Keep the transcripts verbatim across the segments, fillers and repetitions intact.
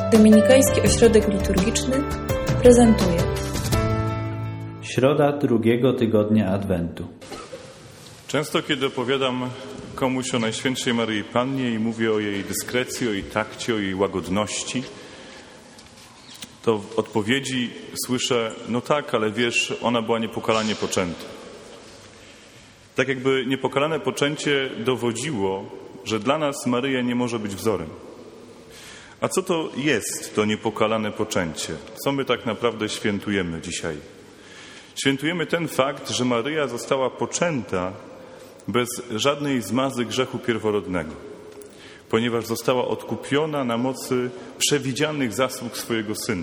Dominikański Ośrodek Liturgiczny prezentuje Środa drugiego tygodnia Adwentu. Często, kiedy opowiadam komuś o Najświętszej Maryi Pannie i mówię o jej dyskrecji, o jej takcie, o jej łagodności, to w odpowiedzi słyszę: no tak, ale wiesz, ona była niepokalanie poczęta. Tak jakby niepokalane poczęcie dowodziło, że dla nas Maryja nie może być wzorem. A co to jest to niepokalane poczęcie? Co my tak naprawdę świętujemy dzisiaj? Świętujemy ten fakt, że Maryja została poczęta bez żadnej zmazy grzechu pierworodnego, ponieważ została odkupiona na mocy przewidzianych zasług swojego Syna.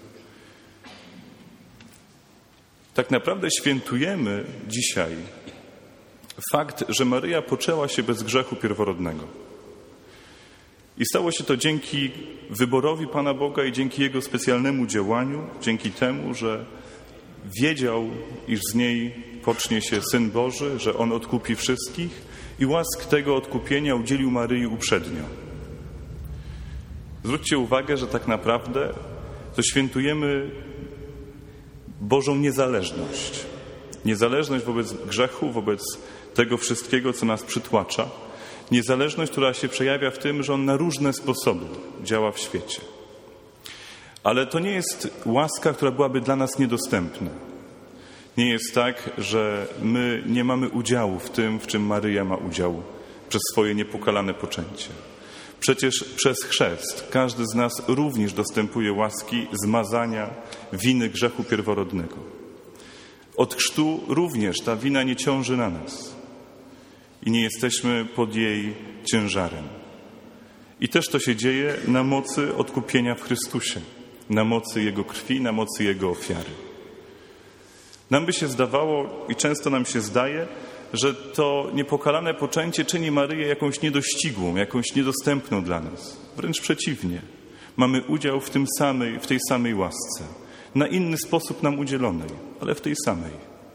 Tak naprawdę świętujemy dzisiaj fakt, że Maryja poczęła się bez grzechu pierworodnego. I stało się to dzięki wyborowi Pana Boga i dzięki Jego specjalnemu działaniu, dzięki temu, że wiedział, iż z niej pocznie się Syn Boży, że On odkupi wszystkich i łask tego odkupienia udzielił Maryi uprzednio. Zwróćcie uwagę, że tak naprawdę to świętujemy Bożą niezależność. Niezależność wobec grzechu, wobec tego wszystkiego, co nas przytłacza. Niezależność, która się przejawia w tym, że On na różne sposoby działa w świecie. Ale to nie jest łaska, która byłaby dla nas niedostępna. Nie jest tak, że my nie mamy udziału w tym, w czym Maryja ma udział przez swoje niepokalane poczęcie. Przecież przez chrzest każdy z nas również dostępuje łaski zmazania winy grzechu pierworodnego. Od chrztu również ta wina nie ciąży na nas i nie jesteśmy pod jej ciężarem. I też to się dzieje na mocy odkupienia w Chrystusie, na mocy Jego krwi, na mocy Jego ofiary. Nam by się zdawało i często nam się zdaje, że to niepokalane poczęcie czyni Maryję jakąś niedościgłą, jakąś niedostępną dla nas. Wręcz przeciwnie. Mamy udział w tym samej, w tej samej łasce. Na inny sposób nam udzielonej, ale w tej samej.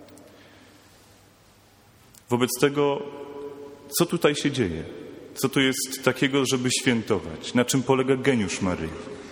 Wobec tego, co tutaj się dzieje? Co tu jest takiego, żeby świętować? Na czym polega geniusz Maryi?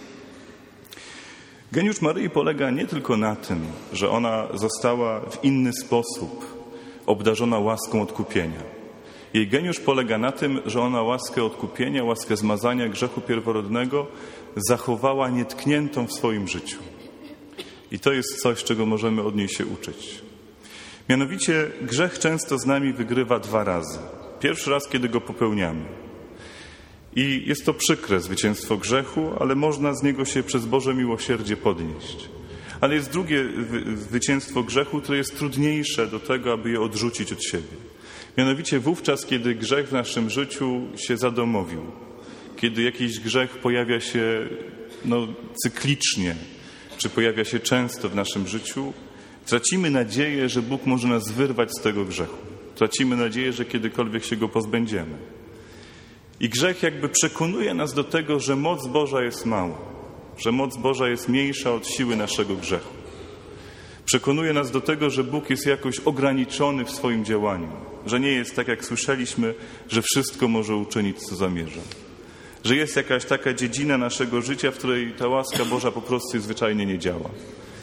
Geniusz Maryi polega nie tylko na tym, że ona została w inny sposób obdarzona łaską odkupienia. Jej geniusz polega na tym, że ona łaskę odkupienia, łaskę zmazania grzechu pierworodnego zachowała nietkniętą w swoim życiu. I to jest coś, czego możemy od niej się uczyć. Mianowicie grzech często z nami wygrywa dwa razy. Pierwszy raz, kiedy go popełniamy. I jest to przykre zwycięstwo grzechu, ale można z niego się przez Boże miłosierdzie podnieść. Ale jest drugie zwycięstwo grzechu, które jest trudniejsze do tego, aby je odrzucić od siebie. Mianowicie wówczas, kiedy grzech w naszym życiu się zadomowił. Kiedy jakiś grzech pojawia się no, cyklicznie, czy pojawia się często w naszym życiu, tracimy nadzieję, że Bóg może nas wyrwać z tego grzechu. Tracimy nadzieję, że kiedykolwiek się go pozbędziemy. I grzech jakby przekonuje nas do tego, że moc Boża jest mała, że moc Boża jest mniejsza od siły naszego grzechu. Przekonuje nas do tego, że Bóg jest jakoś ograniczony w swoim działaniu, że nie jest tak, jak słyszeliśmy, że wszystko może uczynić, co zamierza. Że jest jakaś taka dziedzina naszego życia, w której ta łaska Boża po prostu zwyczajnie nie działa.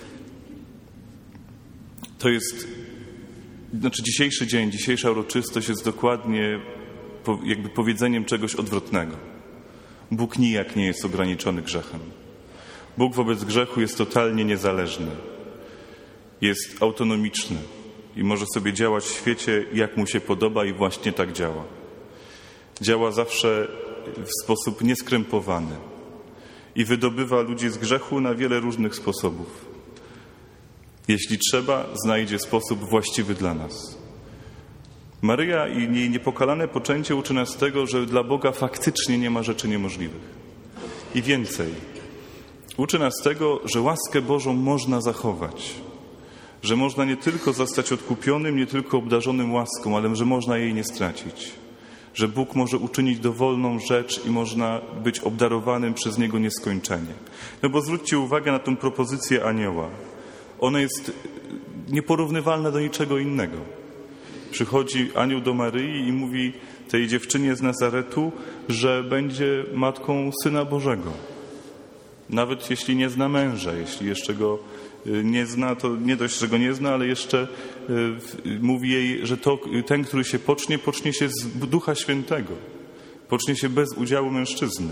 To jest, znaczy dzisiejszy dzień, dzisiejsza uroczystość jest dokładnie jakby powiedzeniem czegoś odwrotnego. Bóg nijak nie jest ograniczony grzechem. Bóg wobec grzechu jest totalnie niezależny. Jest autonomiczny i może sobie działać w świecie, jak mu się podoba i właśnie tak działa. Działa zawsze w sposób nieskrępowany i wydobywa ludzi z grzechu na wiele różnych sposobów. Jeśli trzeba, znajdzie sposób właściwy dla nas. Maryja i jej niepokalane poczęcie uczy nas tego, że dla Boga faktycznie nie ma rzeczy niemożliwych. I więcej. Uczy nas tego, że łaskę Bożą można zachować. Że można nie tylko zostać odkupionym, nie tylko obdarzonym łaską, ale że można jej nie stracić. Że Bóg może uczynić dowolną rzecz i można być obdarowanym przez Niego nieskończenie. No bo zwróćcie uwagę na tę propozycję anioła. Ona jest nieporównywalna do niczego innego. Przychodzi anioł do Maryi i mówi tej dziewczynie z Nazaretu, że będzie matką Syna Bożego. Nawet jeśli nie zna męża, jeśli jeszcze go nie zna, to nie dość, że go nie zna, ale jeszcze mówi jej, że to, ten, który się pocznie, pocznie się z Ducha Świętego. Pocznie się bez udziału mężczyzny.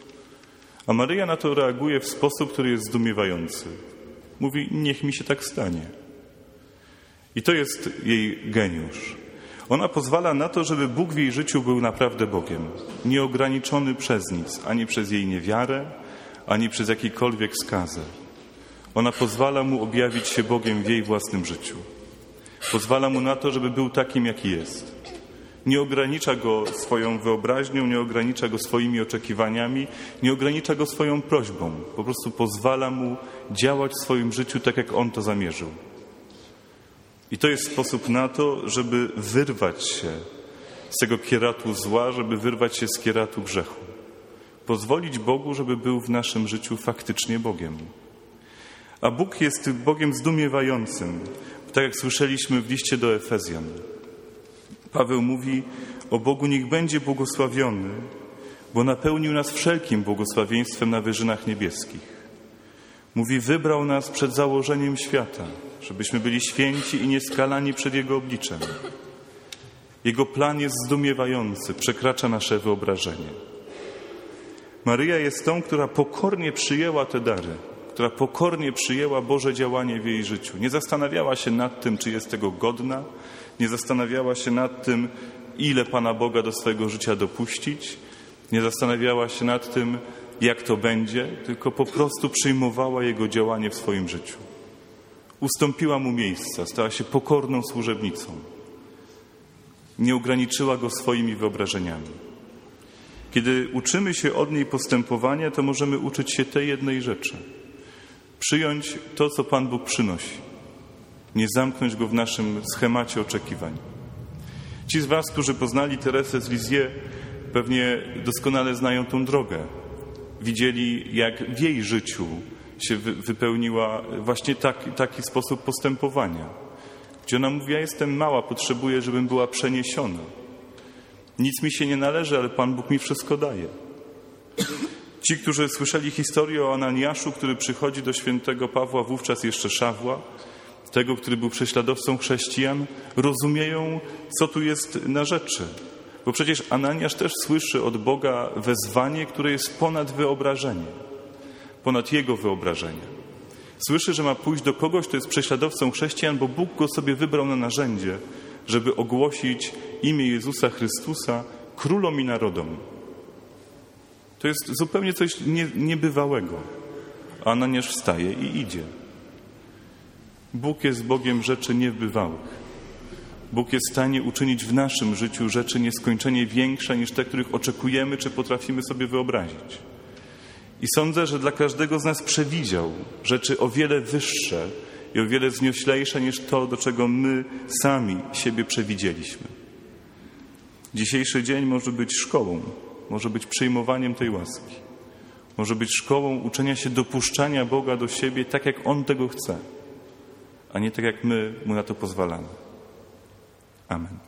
A Maryja na to reaguje w sposób, który jest zdumiewający. Mówi, niech mi się tak stanie. I to jest jej geniusz. Ona pozwala na to, żeby Bóg w jej życiu był naprawdę Bogiem. Nieograniczony przez nic, ani przez jej niewiarę, ani przez jakikolwiek skazę. Ona pozwala mu objawić się Bogiem w jej własnym życiu. Pozwala mu na to, żeby był takim, jaki jest. Nie ogranicza go swoją wyobraźnią, nie ogranicza go swoimi oczekiwaniami, nie ogranicza go swoją prośbą. Po prostu pozwala mu działać w swoim życiu tak, jak on to zamierzył. I to jest sposób na to, żeby wyrwać się z tego kieratu zła, żeby wyrwać się z kieratu grzechu. Pozwolić Bogu, żeby był w naszym życiu faktycznie Bogiem. A Bóg jest Bogiem zdumiewającym. Tak jak słyszeliśmy w liście do Efezjan. Paweł mówi, o Bogu niech będzie błogosławiony, bo napełnił nas wszelkim błogosławieństwem na wyżynach niebieskich. Mówi, wybrał nas przed założeniem świata, żebyśmy byli święci i nieskalani przed Jego obliczem. Jego plan jest zdumiewający, przekracza nasze wyobrażenie. Maryja jest tą, która pokornie przyjęła te dary, która pokornie przyjęła Boże działanie w jej życiu. Nie zastanawiała się nad tym, czy jest tego godna, nie zastanawiała się nad tym, ile Pana Boga do swojego życia dopuścić, nie zastanawiała się nad tym, jak to będzie, tylko po prostu przyjmowała Jego działanie w swoim życiu. Ustąpiła Mu miejsca, stała się pokorną służebnicą. Nie ograniczyła Go swoimi wyobrażeniami. Kiedy uczymy się od niej postępowania, to możemy uczyć się tej jednej rzeczy. Przyjąć to, co Pan Bóg przynosi. Nie zamknąć Go w naszym schemacie oczekiwań. Ci z Was, którzy poznali Teresę z Lisieux, pewnie doskonale znają tą drogę. Widzieli, jak w jej życiu się wypełniła właśnie taki, taki sposób postępowania. Gdzie ona mówi, ja jestem mała, potrzebuję, żebym była przeniesiona. Nic mi się nie należy, ale Pan Bóg mi wszystko daje. Ci, którzy słyszeli historię o Ananiaszu, który przychodzi do świętego Pawła, wówczas jeszcze Szawła, tego, który był prześladowcą chrześcijan, rozumieją, co tu jest na rzeczy. Bo przecież Ananiasz też słyszy od Boga wezwanie, które jest ponad wyobrażenie, ponad jego wyobrażenie. Słyszy, że ma pójść do kogoś, kto jest prześladowcą chrześcijan, bo Bóg go sobie wybrał na narzędzie, żeby ogłosić imię Jezusa Chrystusa królom i narodom. To jest zupełnie coś nie, niebywałego. A Ananiasz wstaje i idzie. Bóg jest Bogiem rzeczy niebywałych. Bóg jest w stanie uczynić w naszym życiu rzeczy nieskończenie większe niż te, których oczekujemy czy potrafimy sobie wyobrazić. I sądzę, że dla każdego z nas przewidział rzeczy o wiele wyższe i o wiele znioślejsze niż to, do czego my sami siebie przewidzieliśmy. Dzisiejszy dzień może być szkołą, może być przyjmowaniem tej łaski. Może być szkołą uczenia się dopuszczania Boga do siebie tak, jak On tego chce, a nie tak, jak my Mu na to pozwalamy. Amen.